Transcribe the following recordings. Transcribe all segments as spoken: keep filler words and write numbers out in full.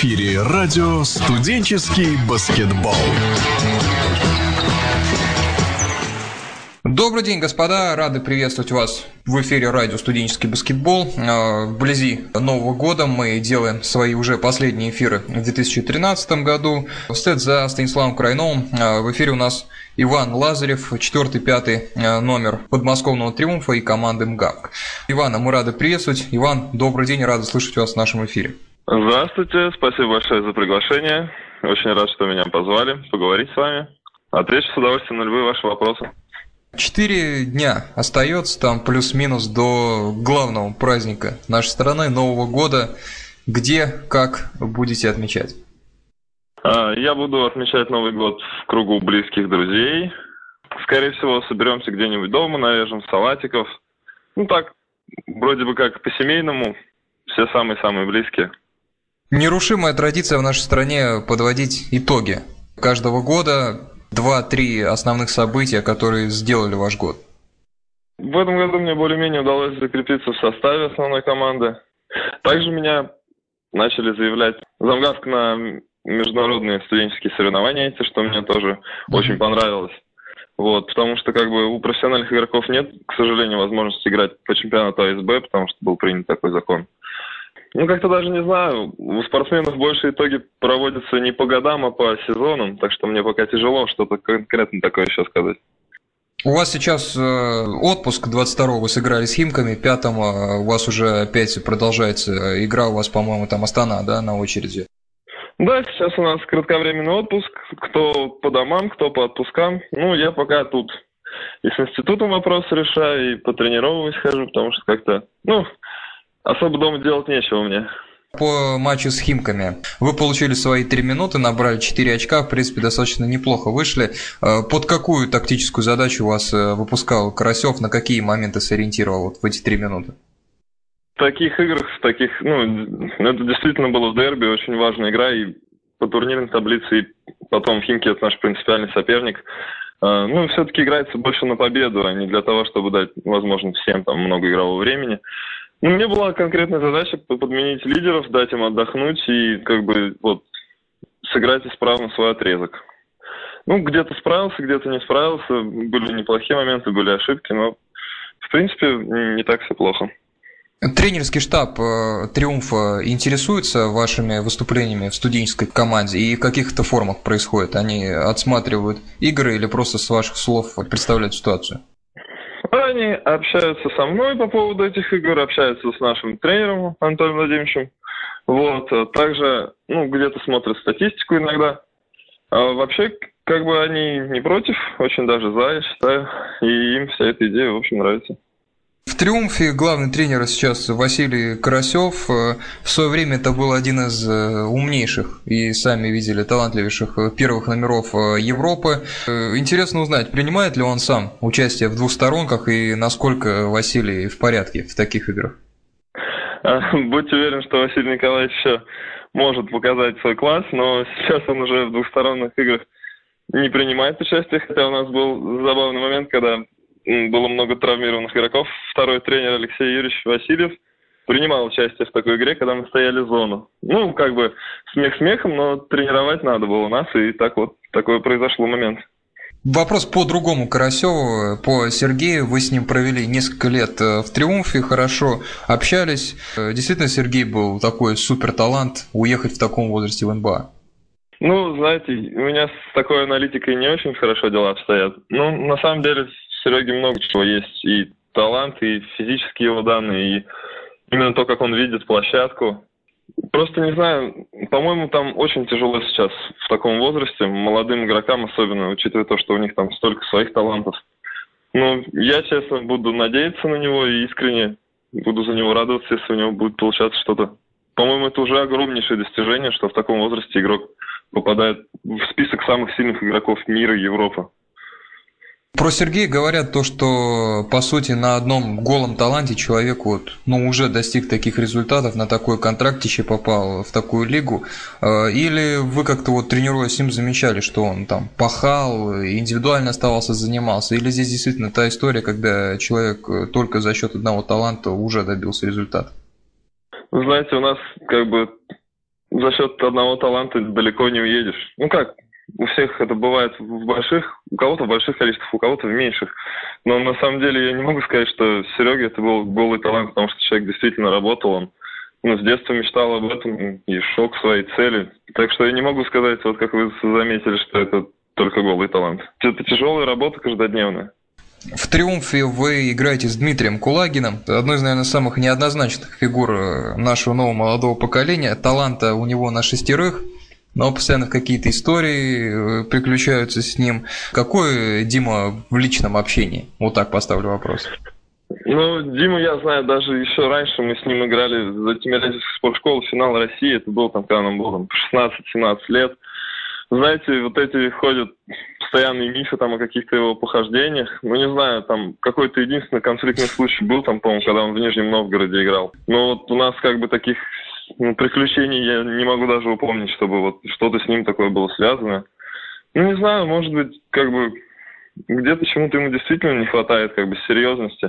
эфире радио «Студенческий баскетбол». Добрый день, господа! Рады приветствовать вас в эфире радио «Студенческий баскетбол». Вблизи Нового года мы делаем свои уже последние эфиры в две тысячи тринадцатом году. Вслед за Станиславом Крайновым в эфире у нас Иван Лазарев, четвертый-пятый номер подмосковного «Триумфа» и команды МГАК. Ивана мы рады приветствовать. Иван, добрый день, рады слышать вас в нашем эфире. Здравствуйте, спасибо большое за приглашение. Очень рад, что меня позвали поговорить с вами. Отвечу с удовольствием на любые ваши вопросы. Четыре дня остается там плюс-минус до главного праздника нашей страны, Нового года. Где, как будете отмечать? Я буду отмечать Новый год в кругу близких друзей. Скорее всего, соберемся где-нибудь дома, нарежем салатиков. Ну так, вроде бы как по-семейному, все самые-самые близкие. Нерушимая традиция в нашей стране подводить итоги каждого года. Два-три основных события, которые сделали ваш год. В этом году мне более-менее удалось закрепиться в составе основной команды. Также меня начали заявлять замгавк на международные студенческие соревнования эти, что мне тоже mm-hmm. очень понравилось. Вот, потому что как бы у профессиональных игроков нет, к сожалению, возможности играть по чемпионату А Эс Бэ, потому что был принят такой закон. Ну, как-то даже не знаю, у спортсменов больше итоги проводятся не по годам, а по сезонам, так что мне пока тяжело что-то конкретно такое еще сказать. У вас сейчас э, отпуск, двадцать второго вы сыграли с Химками, пятого у вас уже опять продолжается игра, у вас, по-моему, там Астана, да, на очереди? Да, сейчас у нас кратковременный отпуск, кто по домам, кто по отпускам. Ну, я пока тут и с институтом вопросы решаю, и потренировываюсь хожу, потому что как-то, ну... особо дома делать нечего мне. По матчу с Химками вы получили свои три минуты, набрали четыре очка, в принципе, достаточно неплохо вышли. Под какую тактическую задачу вас выпускал Карасев, на какие моменты сориентировал вот в эти три минуты? В таких играх, в таких, ну, это действительно было в дерби, очень важная игра, и по турнирной таблице, и потом Химки — это наш принципиальный соперник. Ну, все-таки играется больше на победу, а не для того, чтобы дать, возможно, всем там много игрового времени. Ну, мне была конкретная задача подменить лидеров, дать им отдохнуть и как бы вот сыграть исправно свой отрезок. Ну, где-то справился, где-то не справился. Были неплохие моменты, были ошибки, но в принципе не так все плохо. Тренерский штаб «Триумфа» интересуется вашими выступлениями в студенческой команде и в каких-то формах происходит? Они отсматривают игры или просто с ваших слов представляют ситуацию? Они общаются со мной по поводу этих игр, общаются с нашим тренером Антоном Владимировичем. Вот. Также, ну, где-то смотрят статистику иногда. А вообще, как бы они не против, очень даже за, я считаю. И им вся эта идея, в общем, нравится. В «Триумфе» главный тренер сейчас Василий Карасев. В свое время это был один из умнейших и сами видели талантливейших первых номеров Европы. Интересно узнать, принимает ли он сам участие в двухсторонках и насколько Василий в порядке в таких играх? Будьте уверены, что Василий Николаевич еще может показать свой класс, но сейчас он уже в двухсторонних играх не принимает участие, хотя у нас был забавный момент, когда было много травмированных игроков. Второй тренер Алексей Юрьевич Васильев принимал участие в такой игре, когда мы стояли в зону. Ну, как бы смех смехом, но тренировать надо было нас, и так вот такой произошел момент. Вопрос по другому Карасеву, по Сергею. Вы с ним провели несколько лет в «Триумфе», хорошо общались. Действительно, Сергей был такой супер талант уехать в таком возрасте в эн бэ а. Ну, знаете, у меня с такой аналитикой не очень хорошо дела обстоят. Ну, на самом деле, в Сереге много чего есть. И талант, и физические его данные, и именно то, как он видит площадку. Просто не знаю, по-моему, там очень тяжело сейчас в таком возрасте, молодым игрокам особенно, учитывая то, что у них там столько своих талантов. Ну, я, честно, буду надеяться на него и искренне буду за него радоваться, если у него будет получаться что-то. По-моему, это уже огромнейшее достижение, что в таком возрасте игрок попадает в список самых сильных игроков мира и Европы. Про Сергея говорят то, что, по сути, на одном голом таланте человек вот, ну, уже достиг таких результатов, на такой контракт еще попал в такую лигу. Или вы как-то вот тренируясь с ним замечали, что он там пахал, индивидуально оставался, занимался? Или здесь действительно та история, когда человек только за счет одного таланта уже добился результата? Вы знаете, у нас как бы за счет одного таланта далеко не уедешь. Ну как, у всех это бывает в больших, у кого-то в больших количествах, у кого-то в меньших. Но на самом деле я не могу сказать, что Серега это был голый талант, потому что человек действительно работал, он ну, с детства мечтал об этом и шел к своей цели. Так что я не могу сказать, вот как вы заметили, что это только голый талант. Это тяжелая работа каждодневная. В «Триумфе» вы играете с Дмитрием Кулагиным, одной из, наверное, самых неоднозначных фигур нашего нового молодого поколения. Таланта у него на шестерых, но постоянно какие-то истории приключаются с ним. Какой Дима в личном общении? Вот так поставлю вопрос. Ну, Диму я знаю даже еще раньше, мы с ним играли за Тимирязевскую спортшколу, финал России, это был там, когда нам было шестнадцать-семнадцать лет. Знаете, вот эти ходят постоянные мифы там о каких-то его похождениях. Ну, не знаю, там какой-то единственный конфликтный случай был там, по-моему, когда он в Нижнем Новгороде играл. Но вот у нас как бы таких ну, приключений я не могу даже упомнить, чтобы вот что-то с ним такое было связано. Ну, не знаю, может быть, как бы где-то чему-то ему действительно не хватает как бы серьезности.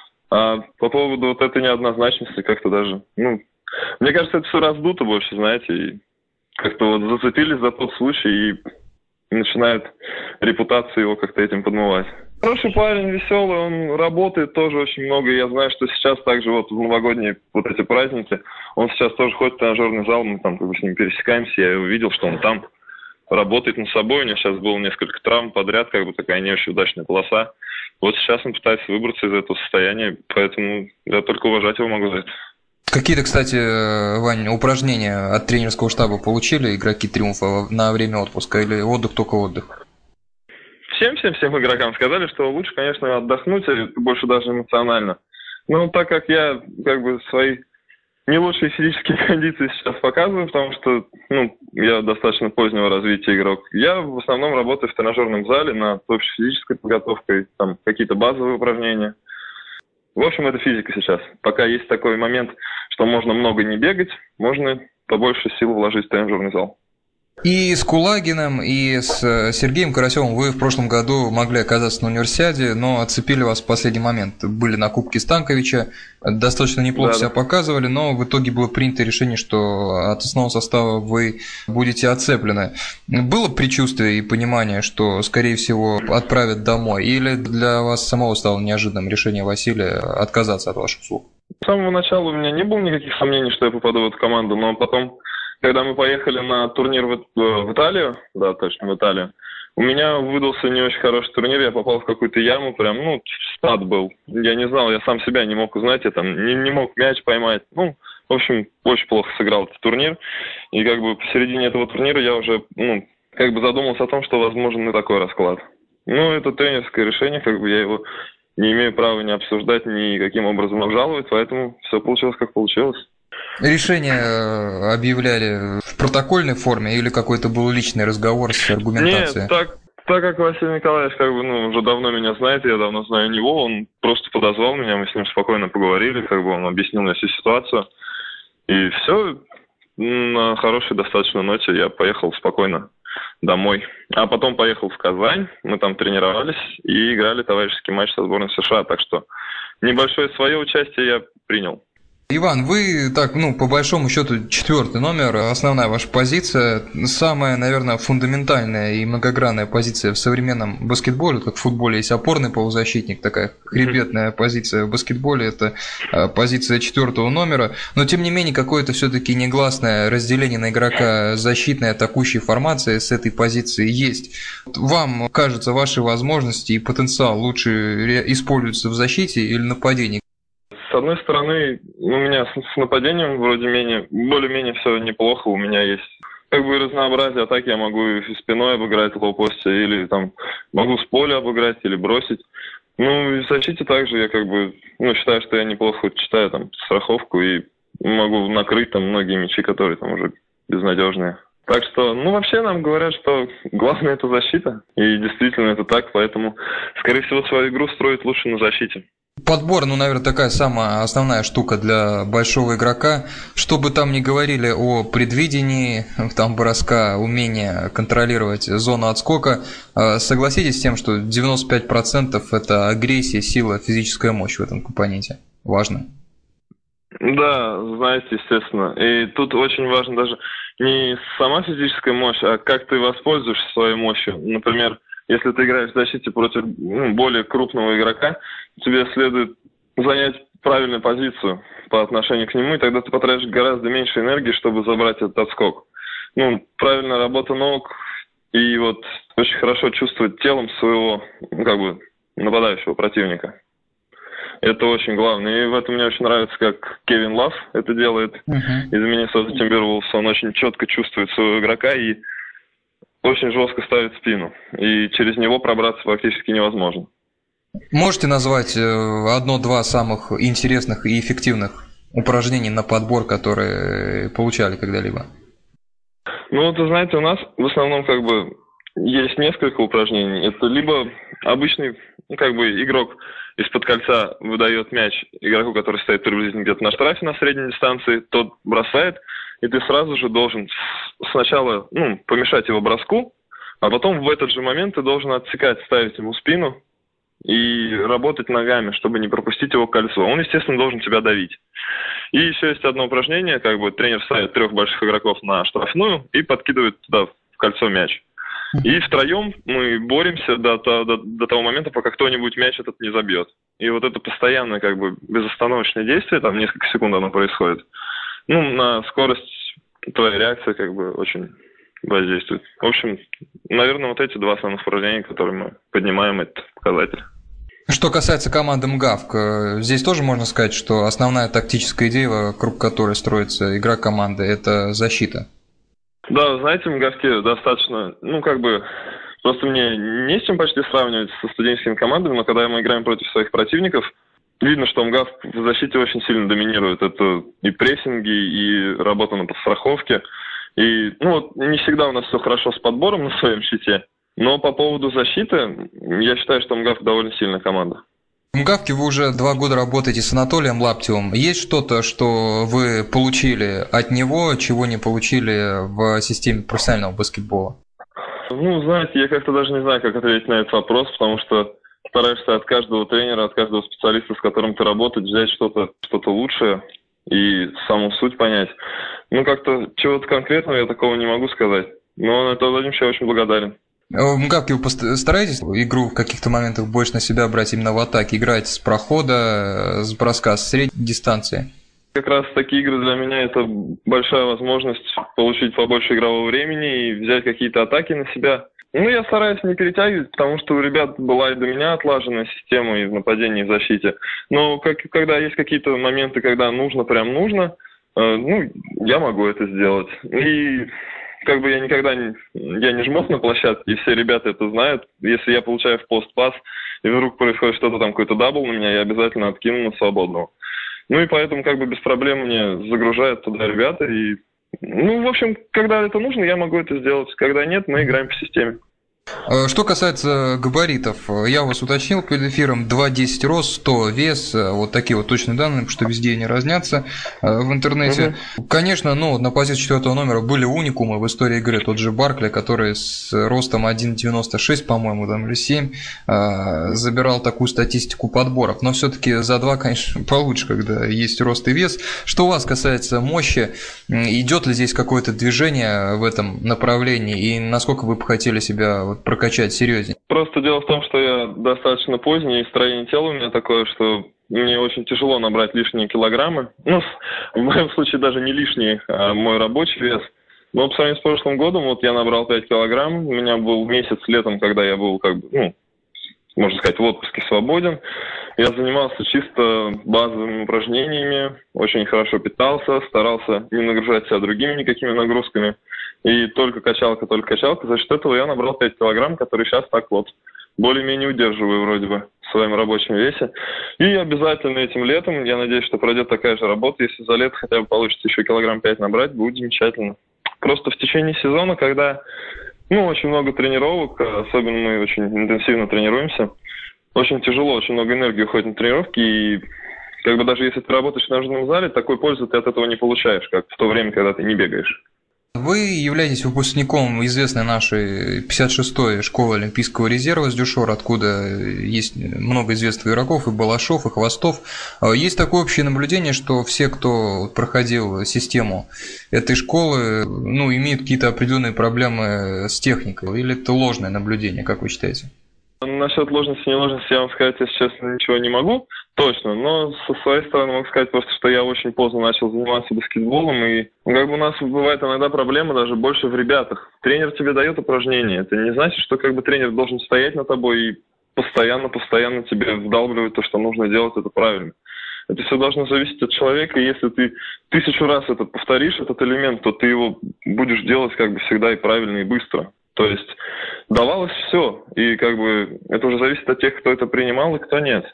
А по поводу вот этой неоднозначности как-то даже, ну, мне кажется, это все раздуто больше, знаете, и как-то вот зацепились за тот случай и начинает репутация его как-то этим подмывать. Хороший парень, веселый, он работает тоже очень много. И я знаю, что сейчас также вот в новогодние вот эти праздники, он сейчас тоже ходит в тренажерный зал, мы там как бы с ним пересекаемся, я увидел, что он там работает над собой. У него сейчас было несколько травм подряд, как бы такая не очень удачная полоса. Вот сейчас он пытается выбраться из этого состояния, поэтому я только уважать его могу за это. Какие-то, кстати, Вань, упражнения от тренерского штаба получили игроки «Триумфа» на время отпуска или отдых только отдых? Всем-всем-всем игрокам сказали, что лучше, конечно, отдохнуть, больше даже эмоционально. Но так как я как бы свои не лучшие физические кондиции сейчас показываю, потому что ну, я достаточно позднего развития игрок, я в основном работаю в тренажерном зале над общей физической подготовкой, там какие-то базовые упражнения. В общем, это физика сейчас. Пока есть такой момент, что можно много не бегать, можно побольше сил вложить в тренажерный зал. И с Кулагиным, и с Сергеем Карасевым вы в прошлом году могли оказаться на универсиаде, но отцепили вас в последний момент. Были на Кубке Станковича, достаточно неплохо да, себя да. показывали, но в итоге было принято решение, что от основного состава вы будете отцеплены. Было предчувствие и понимание, что, скорее всего, отправят домой? Или для вас самого стало неожиданным решение Василия отказаться от ваших услуг? С самого начала у меня не было никаких сомнений, что я попаду в эту команду, но потом... Когда мы поехали на турнир в, в Италию, да, точно, в Италию, у меня выдался не очень хороший турнир, я попал в какую-то яму, прям, ну, стад был. Я не знал, я сам себя не мог узнать, я там не, не мог мяч поймать. Ну, в общем, очень плохо сыграл этот турнир. И как бы посередине этого турнира я уже, ну, как бы задумался о том, что возможен и такой расклад. Ну, это тренерское решение, как бы я его не имею права ни обсуждать, ни каким образом обжаловать, поэтому все получилось, как получилось. Решение объявляли в протокольной форме или какой-то был личный разговор с аргументацией? Нет, так, так как Василий Николаевич как бы, ну, уже давно меня знает, я давно знаю него, он просто подозвал меня, мы с ним спокойно поговорили, как бы он объяснил мне всю ситуацию. И все, на хорошей достаточно ноте я поехал спокойно домой. А потом поехал в Казань, мы там тренировались и играли товарищеский матч со сборной США, так что небольшое свое участие я принял. Иван, вы так, ну, по большому счету, четвертый номер, основная ваша позиция, самая, наверное, фундаментальная и многогранная позиция в современном баскетболе, как в футболе есть опорный полузащитник, такая хребетная позиция в баскетболе, это позиция четвертого номера, но тем не менее какое-то все-таки негласное разделение на игрока защитной, атакующей формации с этой позиции есть. Вам кажется, ваши возможности и потенциал лучше используются в защите или нападении? С одной стороны, у меня с нападением вроде менее, более-менее все неплохо. У меня есть как бы разнообразие атаки. Я могу и спиной обыграть лоу-посте, или там могу с поля обыграть, или бросить. Ну и в защите также я как бы, ну, считаю, что я неплохо читаю там страховку и могу накрыть там многие мячи, которые там уже безнадежные. Так что, ну, вообще нам говорят, что главное это защита. И действительно это так, поэтому, скорее всего, свою игру строить лучше на защите. Подбор, ну, наверное, такая самая основная штука для большого игрока. Что бы там ни говорили о предвидении, там, броска, умении контролировать зону отскока, согласитесь с тем, что девяносто пять процентов это агрессия, сила, физическая мощь в этом компоненте. Важно. Да, знаете, естественно. И тут очень важно даже не сама физическая мощь, а как ты воспользуешься своей мощью. Например, если ты играешь в защите против ну, более крупного игрока, тебе следует занять правильную позицию по отношению к нему, и тогда ты потратишь гораздо меньше энергии, чтобы забрать этот отскок. Ну, правильная работа ног и вот очень хорошо чувствовать телом своего, ну, как бы, нападающего противника. Это очень главное. И в этом мне очень нравится, как Кевин Лав это делает. Uh-huh. Из Миннесоты Тимбервулвс. Он очень четко чувствует своего игрока и очень жестко ставит спину. И через него пробраться практически невозможно. Можете назвать одно-два самых интересных и эффективных упражнений на подбор, которые получали когда-либо? Ну, вот, знаете, у нас в основном как бы есть несколько упражнений. Это либо обычный, ну, как бы игрок из-под кольца выдает мяч игроку, который стоит приблизительно где-то на штрафе на средней дистанции, тот бросает, и ты сразу же должен сначала ну, помешать его броску, а потом в этот же момент ты должен отсекать, ставить ему спину и работать ногами, чтобы не пропустить его кольцо. Он, естественно, должен тебя давить. И еще есть одно упражнение, как бы тренер ставит трех больших игроков на штрафную и подкидывает туда в кольцо мяч. И втроем мы боремся до, до, до того момента, пока кто-нибудь мяч этот не забьет. И вот это постоянное как бы безостановочное действие, там несколько секунд оно происходит. Ну, на скорость твоя реакция как бы очень воздействует. В общем, наверное, вот эти два основных упражнения, которые мы поднимаем, это показатель. Что касается команды МГАВК, здесь тоже можно сказать, что основная тактическая идея, вокруг которой строится игра команды, это защита. Да, знаете, в МГАВКе достаточно, ну, как бы, просто мне не с чем почти сравнивать со студенческими командами, но когда мы играем против своих противников, видно, что МГАВ в защите очень сильно доминирует. Это и прессинги, и работа на подстраховке. И, ну, вот, не всегда у нас все хорошо с подбором на своем щите, но по поводу защиты, я считаю, что МГАВ довольно сильная команда. В МГАВКе вы уже два года работаете с Анатолием Лаптевым. Есть что-то, что вы получили от него, чего не получили в системе профессионального баскетбола? Ну, знаете, я как-то даже не знаю, как ответить на этот вопрос, потому что стараешься от каждого тренера, от каждого специалиста, с которым ты работаешь, взять что-то, что-то лучшее и саму суть понять. Ну, как-то чего-то конкретного я такого не могу сказать. Но Анатолий Владимирович я очень благодарен. В МГАВКе вы стараетесь игру в каких-то моментах больше на себя брать именно в атаке, играть с прохода, с броска, с средней дистанции? Как раз такие игры для меня это большая возможность получить побольше игрового времени и взять какие-то атаки на себя. Ну, я стараюсь не перетягивать, потому что у ребят была и до меня отлаженная система и в нападении, и в защите. Но как, когда есть какие-то моменты, когда нужно, прям нужно, э, ну, я могу это сделать. И как бы я никогда не, я не жмот на площадке, и все ребята это знают. Если я получаю в пост пас, и вдруг происходит что-то там, какой-то дабл на меня, я обязательно откину на свободного. Ну и поэтому как бы без проблем мне загружают туда ребята. И, ну, в общем, когда это нужно, я могу это сделать. Когда нет, мы играем по системе. Что касается габаритов, я вас уточнил перед эфиром: два десять рост, сто вес, вот такие вот точные данные, потому что везде они разнятся в интернете. Угу. Конечно, ну, на позицию четвертого номера были уникумы в истории игры, тот же Баркли, который с ростом один девяносто шесть, по-моему, там, или семь, забирал такую статистику подборов, но все-таки за два, конечно, получше, когда есть рост и вес. Что у вас касается мощи, идет ли здесь какое-то движение в этом направлении, и насколько вы бы хотели себя прокачать серьезнее? Просто дело в том, что я достаточно поздний, и строение тела у меня такое, что мне очень тяжело набрать лишние килограммы. Ну, в моем случае даже не лишние, а мой рабочий вес. Но по сравнению с прошлым годом, вот я набрал пять килограмм, у меня был месяц летом, когда я был, как бы, ну, можно сказать, в отпуске свободен. Я занимался чисто базовыми упражнениями, очень хорошо питался, старался не нагружать себя другими никакими нагрузками. И только качалка, только качалка. За счет этого я набрал пять килограмм, которые сейчас так вот более-менее удерживаю вроде бы в своем рабочем весе. И обязательно этим летом, я надеюсь, что пройдет такая же работа. Если за лето хотя бы получится еще килограмм пять набрать, будет замечательно. Просто в течение сезона, когда ну, очень много тренировок, особенно мы очень интенсивно тренируемся, очень тяжело, очень много энергии уходит на тренировки, и как бы даже если ты работаешь в тренажерном зале, такой пользы ты от этого не получаешь, как в то время, когда ты не бегаешь. Вы являетесь выпускником известной нашей пятьдесят шестой школы Олимпийского резерва с Дюшор, откуда есть много известных игроков, и Балашов, и Хвостов. Есть такое общее наблюдение, что все, кто проходил систему этой школы, ну, имеют какие-то определенные проблемы с техникой, или это ложное наблюдение, как вы считаете? Насчет ложности, не ложности я вам сказать, если честно, ничего не могу, точно, но со своей стороны могу сказать просто, что я очень поздно начал заниматься баскетболом, и как бы у нас бывает иногда проблема даже больше в ребятах. Тренер тебе дает упражнения, это не значит, что как бы тренер должен стоять над тобой и постоянно-постоянно тебе вдалбливать то, что нужно делать, это правильно. Это все должно зависеть от человека, и если ты тысячу раз это повторишь, этот элемент, то ты его будешь делать как бы всегда и правильно, и быстро. То есть давалось все, и как бы это уже зависит от тех, кто это принимал и кто нет.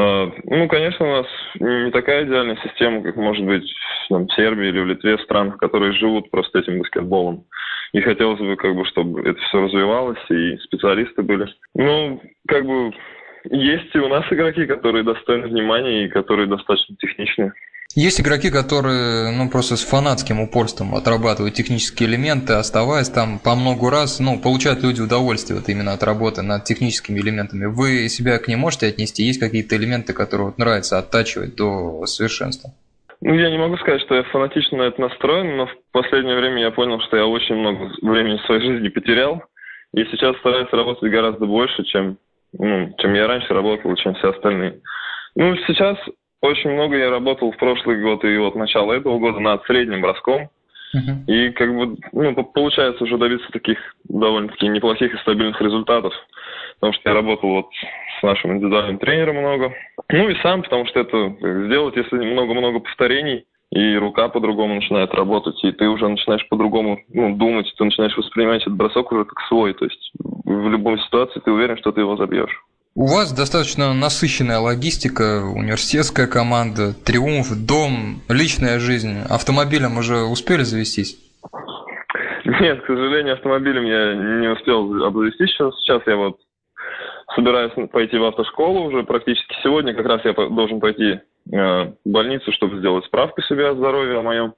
Ну, конечно, у нас не такая идеальная система, как может быть там, в Сербии или в Литве, в странах, которые живут просто этим баскетболом. И хотелось бы, как бы, чтобы это все развивалось, и специалисты были. Ну, как бы, есть и у нас игроки, которые достойны внимания и которые достаточно техничные. Есть игроки, которые, ну, просто с фанатским упорством отрабатывают технические элементы, оставаясь там по много раз, ну, получают люди удовольствие вот именно от работы над техническими элементами. Вы себя к ним можете отнести? Есть какие-то элементы, которые вот нравится оттачивать до совершенства? Ну, я не могу сказать, что я фанатично на это настроен, но в последнее время я понял, что я очень много времени в своей жизни потерял, и сейчас стараюсь работать гораздо больше, чем, ну, чем я раньше работал, чем все остальные. Ну, сейчас очень много я работал в прошлый год и вот начало этого года над средним броском. Uh-huh. И как бы, ну, получается уже добиться таких довольно-таки неплохих и стабильных результатов. Потому что я работал вот с нашим индивидуальным тренером много. Ну и сам, потому что это сделать, если много-много повторений, и рука по-другому начинает работать, и ты уже начинаешь по-другому, ну, думать, ты начинаешь воспринимать этот бросок уже как свой. То есть в любой ситуации ты уверен, что ты его забьешь. У вас достаточно насыщенная логистика, университетская команда, триумф, дом, личная жизнь. Автомобилем уже успели завестись? Нет, к сожалению, автомобилем я не успел обзавестись. Сейчас я вот собираюсь пойти в автошколу уже практически сегодня. Как раз я должен пойти в больницу, чтобы сделать справку себе о здоровье, о моем.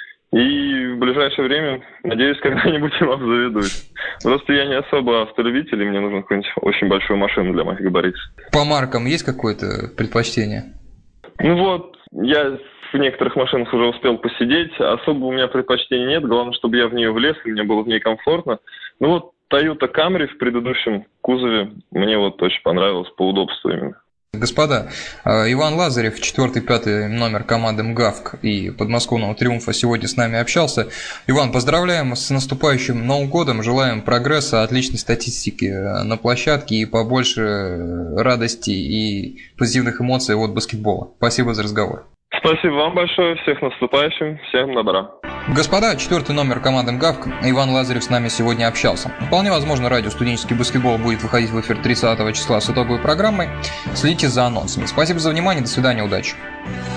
И в ближайшее время, надеюсь, когда-нибудь его обзаведусь. Просто я не особо автолюбитель, и мне нужно какую-нибудь очень большую машину для моих габаритов. По маркам есть какое-то предпочтение? Ну вот, я в некоторых машинах уже успел посидеть, особо у меня предпочтений нет, главное, чтобы я в нее влез, и мне было в ней комфортно. Ну вот Toyota Camry в предыдущем кузове мне вот очень понравилось по удобству именно. Господа, Иван Лазарев, четвертый-пятый номер команды МГАВК и подмосковного «Триумфа» сегодня с нами общался. Иван, поздравляем с наступающим Новым годом, желаем прогресса, отличной статистики на площадке и побольше радости и позитивных эмоций от баскетбола. Спасибо за разговор. Спасибо вам большое, всех наступающим, всем добра. Господа, четвертый номер команды МГАВК, Иван Лазарев с нами сегодня общался. Вполне возможно, радио «Студенческий баскетбол» будет выходить в эфир тридцатого числа с итоговой программой. Следите за анонсами. Спасибо за внимание, до свидания, удачи.